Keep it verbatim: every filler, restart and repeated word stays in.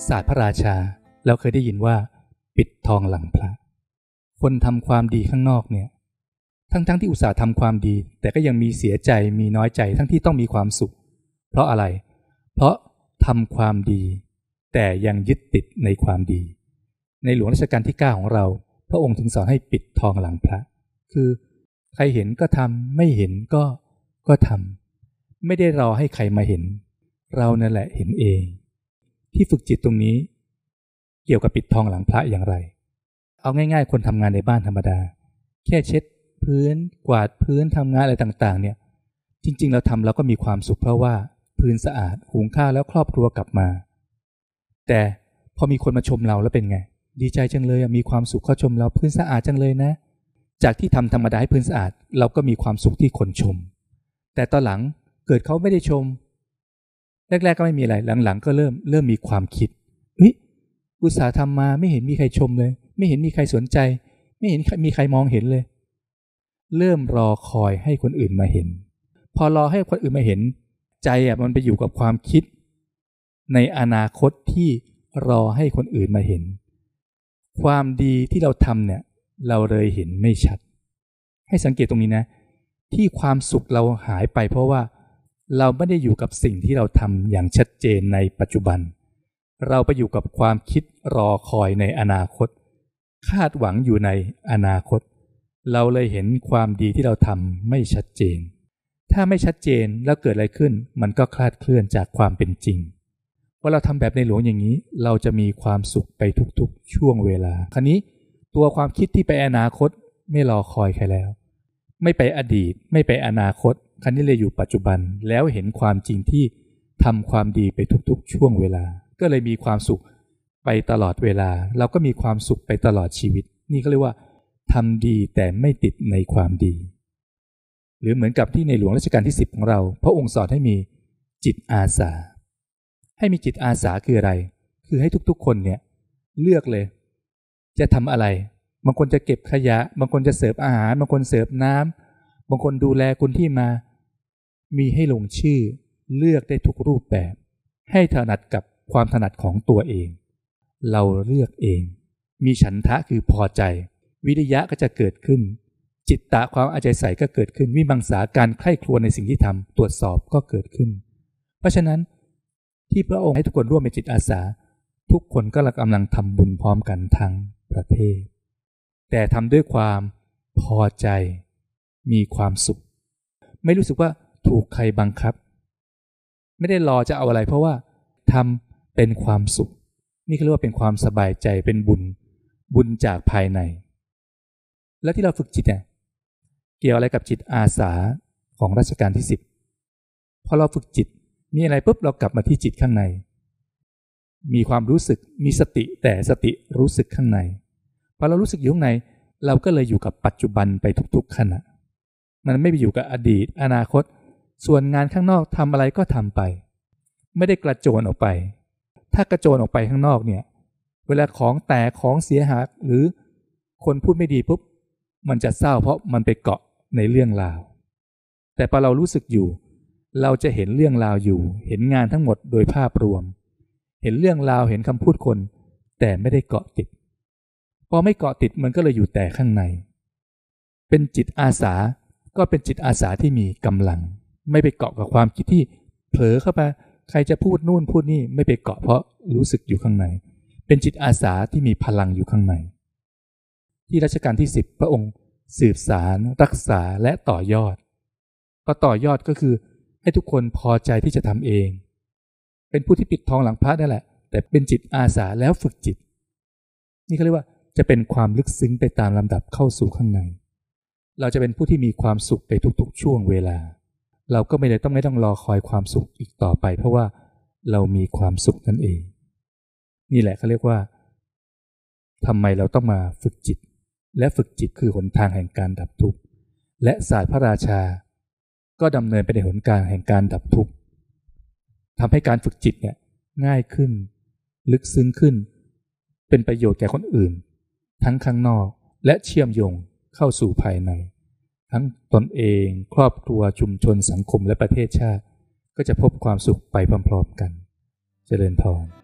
ศาสตร์พระราชาเราเคยได้ยินว่าปิดทองหลังพระคนทำความดีข้างนอกเนี่ยทั้งๆ ท, ที่อุตส่าห์ทำความดีแต่ก็ยังมีเสียใจมีน้อยใจทั้งที่ต้องมีความสุขเพราะอะไรเพราะทำความดีแต่ยังยึดติดในความดีในหลวงรัชกาลที่เก้าของเราพระองค์ถึงสอนให้ปิดทองหลังพระคือใครเห็นก็ทำไม่เห็นก็ก็ทำไม่ได้รอให้ใครมาเห็นเรานั่นแหละเห็นเองที่ฝึกจิตตรงนี้เกี่ยวกับปิดทองหลังพระอย่างไรเอาง่ายๆคนทำงานในบ้านธรรมดาแค่เช็ดพื้นกวาดพื้นทำงานอะไรต่างๆเนี่ยจริงๆเราทำเราก็มีความสุขเพราะว่าพื้นสะอาดหุงข้าวแล้วครอบครัวกลับมาแต่พอมีคนมาชมเราแล้วเป็นไงดีใจจังเลยมีความสุขเขาชมเราพื้นสะอาดจังเลยนะจากที่ทำธรรมดาให้พื้นสะอาดเราก็มีความสุขที่คนชมแต่ตอนหลังเกิดเขาไม่ได้ชมแรกๆก็ไม่มีอะไรหลังๆก็เริ่มเริ่มมีความคิดเฮ้ยอุตส่าห์ทำมาไม่เห็นมีใครชมเลยไม่เห็นมีใครสนใจไม่เห็นมีใครมองเห็นเลยเริ่มรอคอยให้คนอื่นมาเห็นพอรอให้คนอื่นมาเห็นใจอ่ะมันไปอยู่กับความคิดในอนาคตที่รอให้คนอื่นมาเห็นความดีที่เราทำเนี่ยเราเลยเห็นไม่ชัดให้สังเกตตรงนี้นะที่ความสุขเราหายไปเพราะว่าเราไม่ได้อยู่กับสิ่งที่เราทำอย่างชัดเจนในปัจจุบันเราไปอยู่กับความคิดรอคอยในอนาคตคาดหวังอยู่ในอนาคตเราเลยเห็นความดีที่เราทำไม่ชัดเจนถ้าไม่ชัดเจนแล้วเกิดอะไรขึ้นมันก็คลาดเคลื่อนจากความเป็นจริงว่าเราทำแบบในหลวงอย่างนี้เราจะมีความสุขไปทุกๆช่วงเวลาคราวนี้ตัวความคิดที่ไปอนาคตไม่รอคอยใครแล้วไม่ไปอดีตไม่ไปอนาคตคราวนี้เลยอยู่ปัจจุบันแล้วเห็นความจริงที่ทำความดีไปทุกๆช่วงเวลาก็เลยมีความสุขไปตลอดเวลาเราก็มีความสุขไปตลอดชีวิตนี่ก็เรียกว่าทำดีแต่ไม่ติดในความดีหรือเหมือนกับที่ในหลวงรัชกาลที่สิบของเราพระองค์สอนให้มีจิตอาสาให้มีจิตอาสาคืออะไรคือให้ทุกๆคนเนี่ยเลือกเลยจะทำอะไรบางคนจะเก็บขยะบางคนจะเสิร์ฟอาหารบางคนเสิร์ฟน้ำบางคนดูแลคนที่มามีให้ลงชื่อเลือกได้ทุกรูปแบบให้ถนัดกับความถนัดของตัวเองเราเลือกเองมีฉันทะคือพอใจวิริยะก็จะเกิดขึ้นจิตตะความเอาใจใส่ก็เกิดขึ้นวิมังสาการใคร่ครวญในสิ่งที่ทำตรวจสอบก็เกิดขึ้นเพราะฉะนั้นที่พระองค์ให้ทุกคนร่วมเป็นจิตอาสาทุกคนก็กำลังทำบุญพร้อมกันทั้งประเทศแต่ทำด้วยความพอใจมีความสุขไม่รู้สึกว่าถูกใครบังคับไม่ได้รอจะเอาอะไรเพราะว่าทำเป็นความสุขนี่เขาเรียกว่าเป็นความสบายใจเป็นบุญบุญจากภายในแล้วที่เราฝึกจิตเนี่ยเกี่ยวอะไรกับจิตอาสาของรัชกาลที่สิบพอเราฝึกจิตมีอะไรปุ๊บเรากลับมาที่จิตข้างในมีความรู้สึกมีสติแต่สติรู้สึกข้างในพอเรารู้สึกอยู่ข้างในเราก็เลยอยู่กับปัจจุบันไปทุกๆขณะมันไม่ไปอยู่กับอดีตอนาคตส่วนงานข้างนอกทำอะไรก็ทำไปไม่ได้กระโจนออกไปถ้ากระโจนออกไปข้างนอกเนี่ยเวลาของแตกของเสียหายหรือคนพูดไม่ดีปุ๊บมันจะเศร้าเพราะมันไปเกาะในเรื่องราวแต่พอเรารู้สึกอยู่เราจะเห็นเรื่องราวอยู่เห็นงานทั้งหมดโดยภาพรวมเห็นเรื่องราวเห็นคำพูดคนแต่ไม่ได้เกาะติดพอไม่เกาะติดมันก็เลยอยู่แต่ข้างในเป็นจิตอาสาก็เป็นจิตอาสาที่มีกำลังไม่ไปเกาะกับความคิดที่เผลอเข้าไปใครจะพูดนู่นพูดนี่ไม่ไปเกาะเพราะรู้สึกอยู่ข้างในเป็นจิตอาสาที่มีพลังอยู่ข้างในที่รัชกาลที่สิบพระองค์สืบสารรักษาและต่อยอดพอต่อยอดก็คือให้ทุกคนพอใจที่จะทำเองเป็นผู้ที่ปิดทองหลังพระนั่นแหละแต่เป็นจิตอาสาแล้วฝึกจิตนี่เขาเรียกว่าจะเป็นความลึกซึ้งไปตามลำดับเข้าสู่ข้างในเราจะเป็นผู้ที่มีความสุขไปทุกๆช่วงเวลาเราก็ไม่ได้ต้องไม่ต้องรอคอยความสุขอีกต่อไปเพราะว่าเรามีความสุขนั่นเองนี่แหละเขาเรียกว่าทำไมเราต้องมาฝึกจิตและฝึกจิตคือหนทางแห่งการดับทุกข์และศาสตร์พระราชาก็ดำเนินไปในหนทางแห่งการดับทุกข์ทำให้การฝึกจิตเนี่ยง่ายขึ้นลึกซึ้งขึ้นเป็นประโยชน์แก่คนอื่นทั้งข้างนอกและเชื่อมโยงเข้าสู่ภายในทั้งตนเองครอบครัวชุมชนสังคมและประเทศชาติก็จะพบความสุขไปพร้อมๆกันเจริญพร